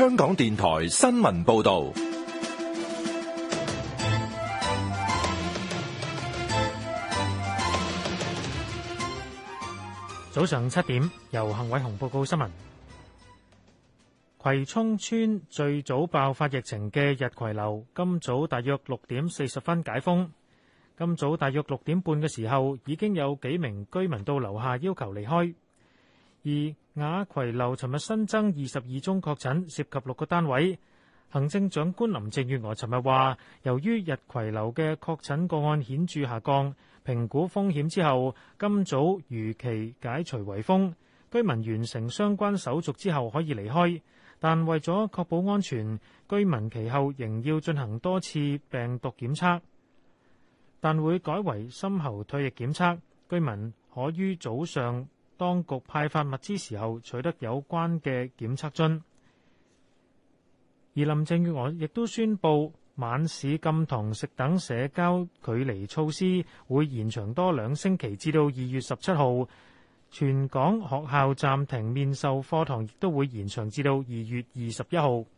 香港電台新聞報道。 早上7點，由幸偉雄報告新聞。葵涌村最早爆發疫情嘅日葵樓，今早大約6點40分解封。今早大約6點半嘅時候，已經有幾名居民到樓下要求離開。而雅葵樓尋日新增22宗確診，涉及6個單位。行政長官林鄭月娥尋日話，由於日葵樓嘅確診個案顯著下降，評估風險之後，今早如期解除圍封，居民完成相關手續之後可以離開。但為咗確保安全，居民其後仍要進行多次病毒檢測，但會改為深喉唾液檢測。居民可於早上當局派發物資時候取得有關嘅檢測樽。而林鄭月娥亦都宣布，晚市禁堂食等社交距離措施會延長多2星期，至到2月17號。全港學校暫停面授課堂亦都會延長至到2月21號。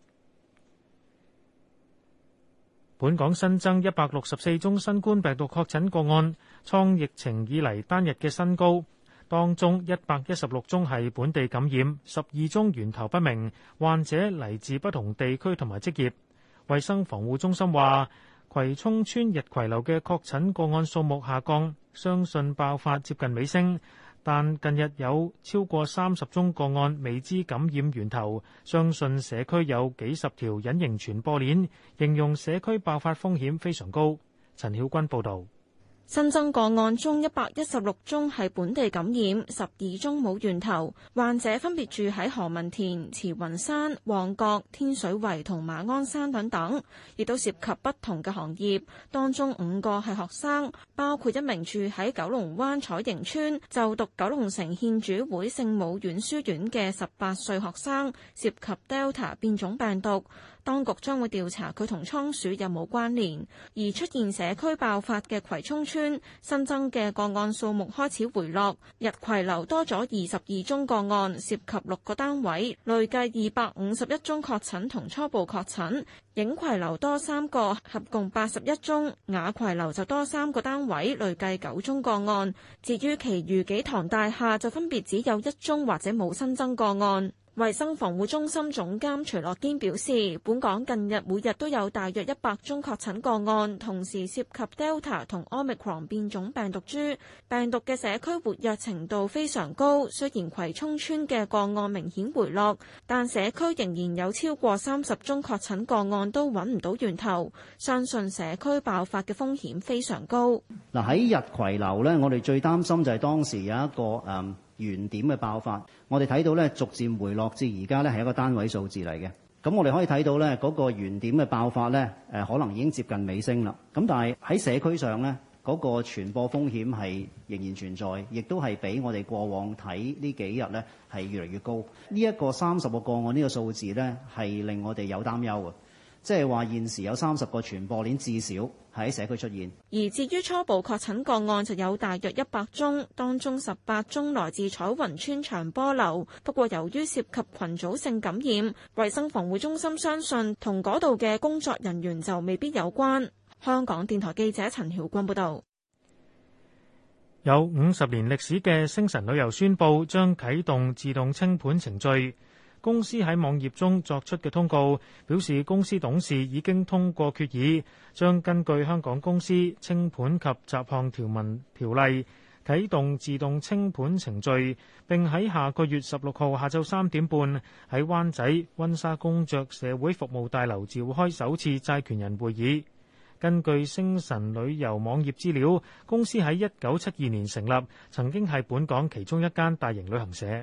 本港新增164宗新冠病毒確診個案，創疫情以嚟單日嘅新高。當中116宗係本地感染，12宗源頭不明，患者嚟自不同地區同埋職業。衛生防護中心話，葵涌村日葵樓嘅確診個案數目下降，相信爆發接近尾聲，但近日有超過30宗個案未知感染源頭，相信社區有幾十條隱形傳播鏈，形容社區爆發風險非常高。陳曉君報導。 新增個案中116宗係本地感染，12宗冇源頭，患者分別住喺何文田、慈雲山、旺角、天水圍同馬鞍山等，亦都涉及不同嘅行業。當中5個係學生，包括一名住喺九龍灣彩盈邨就讀九龍城獻主會聖母院書院嘅18歲學生，涉及 Delta 變種病毒。當局將會調查佢同倉鼠有冇關聯。而出現社區爆發嘅葵涌村新增嘅個案數目開始回落，日葵樓多咗22宗個案，涉及6個單位，累計251宗確診同初步確診。影葵樓多3個，合共81宗；雅葵樓就多3個單位，累計9宗個案。至於其餘幾幢大廈就分別只有1宗或者冇新增個案。衛生防護中心總監徐樂堅表示，本港近日每日都有大約100宗確診個案，同時涉及 Delta 同 Omicron 變種病毒株，病毒嘅社區活躍程度非常高。雖然葵涌村嘅個案明顯回落，但社區仍然有超過30宗確診個案都揾唔到源頭，相信社區爆發嘅風險非常高。 嗱，喺日葵樓呢，我哋最擔心就係當時有一個原點嘅爆發，我哋睇到咧逐漸回落至而家咧係一個單位數字嚟嘅。咁我哋可以睇到咧嗰個原點嘅爆發咧可能已經接近尾聲啦。咁但係喺社區上咧嗰個傳播風險係仍然存在，亦都係比我哋過往睇呢幾日咧係越嚟越高。呢一個30個個案呢個數字咧係令我哋有擔憂嘅。即係話現時有30個傳播鏈至少喺社區出現。 而至於初步確診個案就有大約100宗，當中18宗來自彩雲邨長波樓。不過由於涉及群組性感染，衛生防護中心相信同嗰度嘅工作人員就未必有關。香港電台記者陳曉君報導。 有50年歷史嘅星晨旅遊宣布將啟動自動清盤程序。公司喺網頁中作出嘅通告表示，公司董事已經通過決議，將根據香港公司清盤及雜項條例啟動自動清盤程序，並喺下個月16號下晝3點半喺灣仔溫莎公爵社會服務大樓召開首次債權人會議。根據星晨旅遊網頁資料，公司喺1972年成立，曾經係本港其中一間大型旅行社。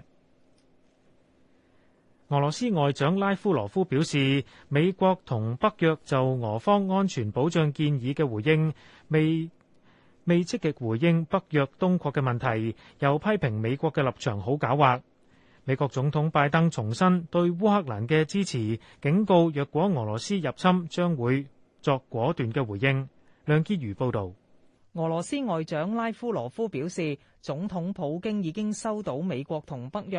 俄羅斯外長拉夫羅夫表示，美國同北約就俄方安全保障建議嘅回應未積極回應北約東擴嘅問題，又批評美國嘅立場好狡猾。美國總統拜登重申對烏克蘭嘅支持，警告若果俄羅斯入侵，將會作果斷嘅回應。梁潔如報導。 俄羅斯外長拉夫羅夫表示，總統普京已經收到美國同北約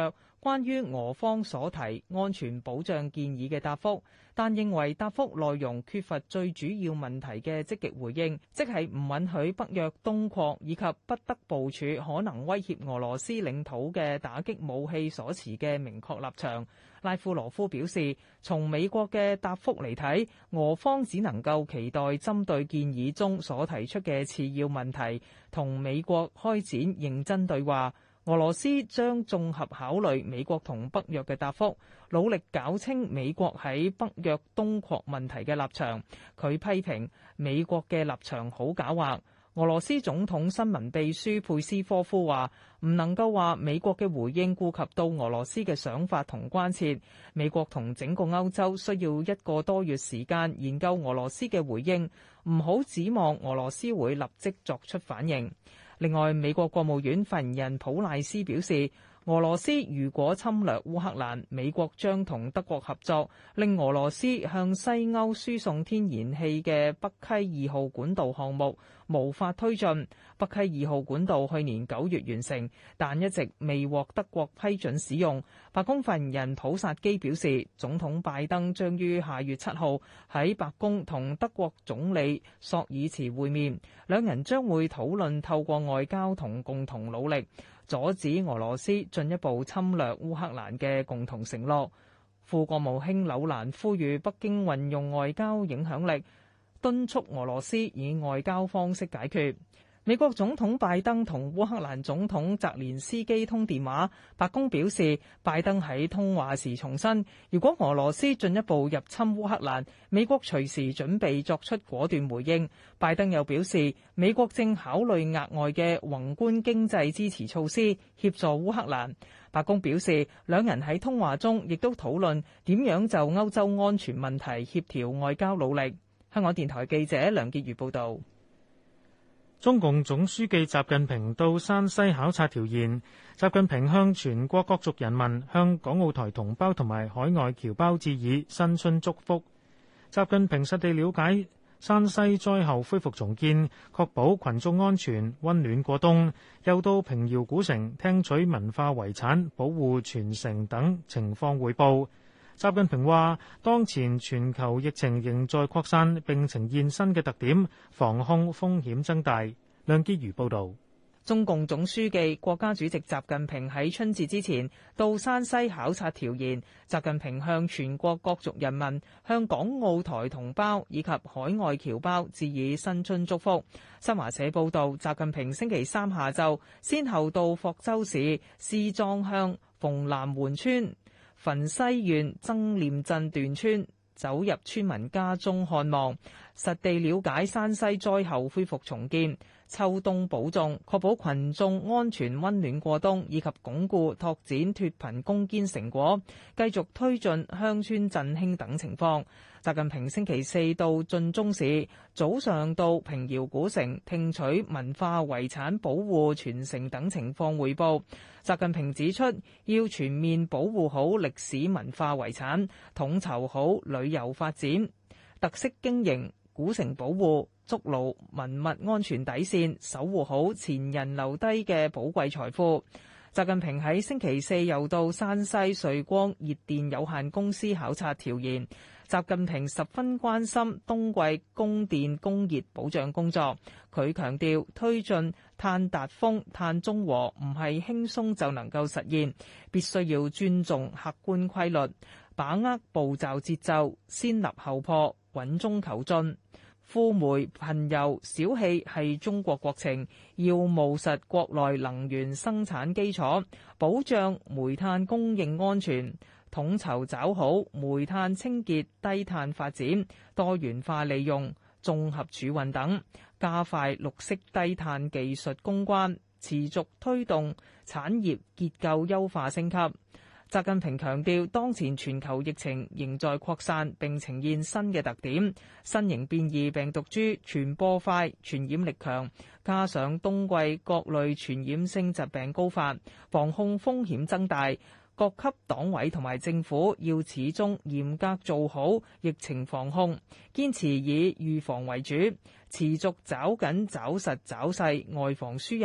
關於俄方所提安全保障建議嘅答覆，但認為答覆內容缺乏最主要問題嘅積極回應，即係唔允許北約東擴以及不得部署可能威脅俄羅斯領土嘅打擊武器所持嘅明確立場。拉夫羅夫表示，從美國嘅答覆嚟睇，俄方只能夠期待針對建議中所提出嘅次要問題，同美國開展認真對話。俄羅斯將綜合考慮美國同北約嘅答覆，努力搞清美國喺北約東擴問題嘅立場。佢批評美國嘅立場好狡猾。俄羅斯總統新聞秘書佩斯科夫話：唔能夠話美國嘅回應顧及到俄羅斯嘅想法同關切。美國同整個歐洲需要1個多月時間研究俄羅斯嘅回應，唔好指望俄羅斯會立即作出反應。另外，美國國務院發言人普賴斯表示，俄羅斯如果侵略烏克蘭，美國將同德國合作，令俄羅斯向西歐輸送天然氣嘅北溪2號管道項目無法推進。北溪2號管道去年9月完成，但一直未獲德國批准使用。白宮發言人普薩基表示，總統拜登將於下月7號喺白宮同德國總理朔爾茨會面，兩人將會討論透過外交同共同努力阻止俄羅斯進一步侵略烏克蘭嘅共同承諾。副國務卿紐蘭呼籲北京運用外交影響力，敦促俄羅斯以外交方式解決。美國總統拜登同烏克蘭總統澤連斯基通電話，白宮表示，拜登喺通話時重申，如果俄羅斯進一步入侵烏克蘭，美國隨時準備作出果斷回應。拜登又表示，美國正考慮額外嘅宏觀經濟支持措施，協助烏克蘭。白宮表示，兩人喺通話中亦都討論點樣就歐洲安全問題協調外交努力。香港電台記者梁潔如報導。 中共總書記習近平到山西考察調研，習近平向全國各族人民、向港澳台同胞同埋海外僑胞致以新春祝福。習近平實地了解山西災後恢復重建，確保群眾安全溫暖過冬，又到平遙古城聽取文化遺產保護傳承等情況匯報。習近平話：當前全球疫情仍在擴散並呈現新嘅特點，防控風險增大。梁潔如報導。 中共總書記、國家主席習近平喺春節之前到山西考察調研。習近平向全國各族人民、向港澳台同胞以及海外僑胞致以新春祝福。新華社報導，習近平星期三下晝先後到霍州市師莊鄉馮南垣村、汾西縣曾念鎮段村，走入村民家中看望，實地了解山西災後恢復重建、秋冬保重，確保群眾安全溫暖過冬，以及鞏固拓展脫貧攻堅成果，繼續推進鄉村振興等情況。習近平星期四到晉中市，早上到平遙古城聽取文化遺產保護傳承等情況彙報。習近平指出，要全面保護好歷史文化遺產，統籌好旅遊發展、特色經營、古城保護，築牢文物安全底線，守護好前人留低嘅寶貴財富。習近平喺星期四又到山西瑞光熱電有限公司考察調研。習近平十分關心冬季供電供熱保障工作，佢強調推進碳達峰、碳中和唔係輕鬆就能夠實現，必須要尊重客觀規律，把握步驟節奏，先立後破，穩中求進。富煤貧油小氣係中國國情，要務實國內能源生產基礎，保障煤炭供應安全。統籌抓好煤炭清潔、低碳發展、多元化利用、綜合儲運等，加快綠色低碳技術攻關，持續推動產業結構優化升級。習近平強調，當前全球疫情仍在擴散並呈現新嘅特點，新型變異病毒株傳播快、傳染力強，加上冬季各類傳染性疾病高發，防控風險增大。各級黨委同埋政府要始終嚴格做好疫情防控，堅持以預防為主，持續抓緊抓實抓細外防輸入，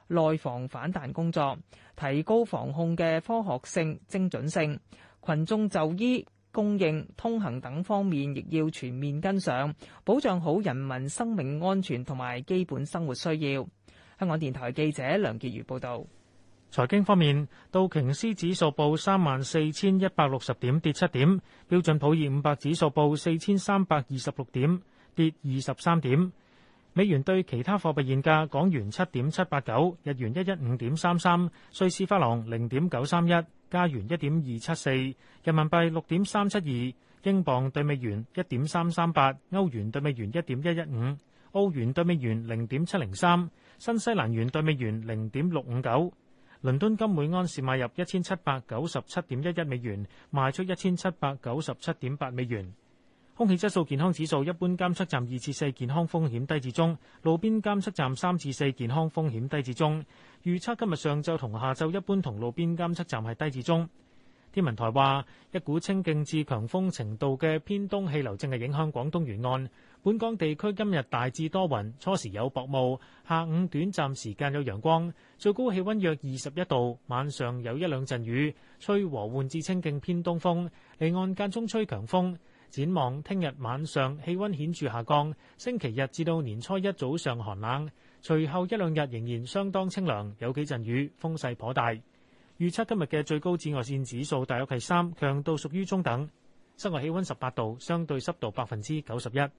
內防反彈工作，提高防控嘅科學性、精準性。群眾就醫、供應、通行等方面亦要全面跟上，保障好人民生命安全同埋基本生活需要。香港電台記者梁潔如報導。 財經方面，道瓊斯指數報34,160點，跌7點；標準普爾500指數報4,326點，跌23點。美元對其他貨幣現價：港元7.789，日元115.33，瑞士法郎0.931，加元1.274，人民幣6.372，英鎊對美元1.338，歐元對美元1.115，澳元對美元0.703，新西蘭元對美元0.659。倫敦金每安士買入1797.11美元，賣出1797.8美元。空氣質素健康指數，一般監測站2至4，健康風險低至中，路邊監測站3至4，健康風險低至中。預測今日上晝同下晝一般同路邊監測站係低至中。天文台話，一股清勁至強風程度嘅偏東氣流正係影響廣東沿岸。本港地區今日大致多雲，初時有薄霧，下午短暫時間有陽光，最高氣溫約21度，晚上有一兩陣雨，吹和緩至清勁偏東風，離岸間中吹強風。展望聽日晚上氣溫顯著下降，星期日至到年初一早上寒冷，隨後一兩日仍然相當清涼，有幾陣雨，風勢頗大。預測今日嘅最高紫外線指數大約係3，強度屬於中等。室外氣溫18度，相對濕度91%。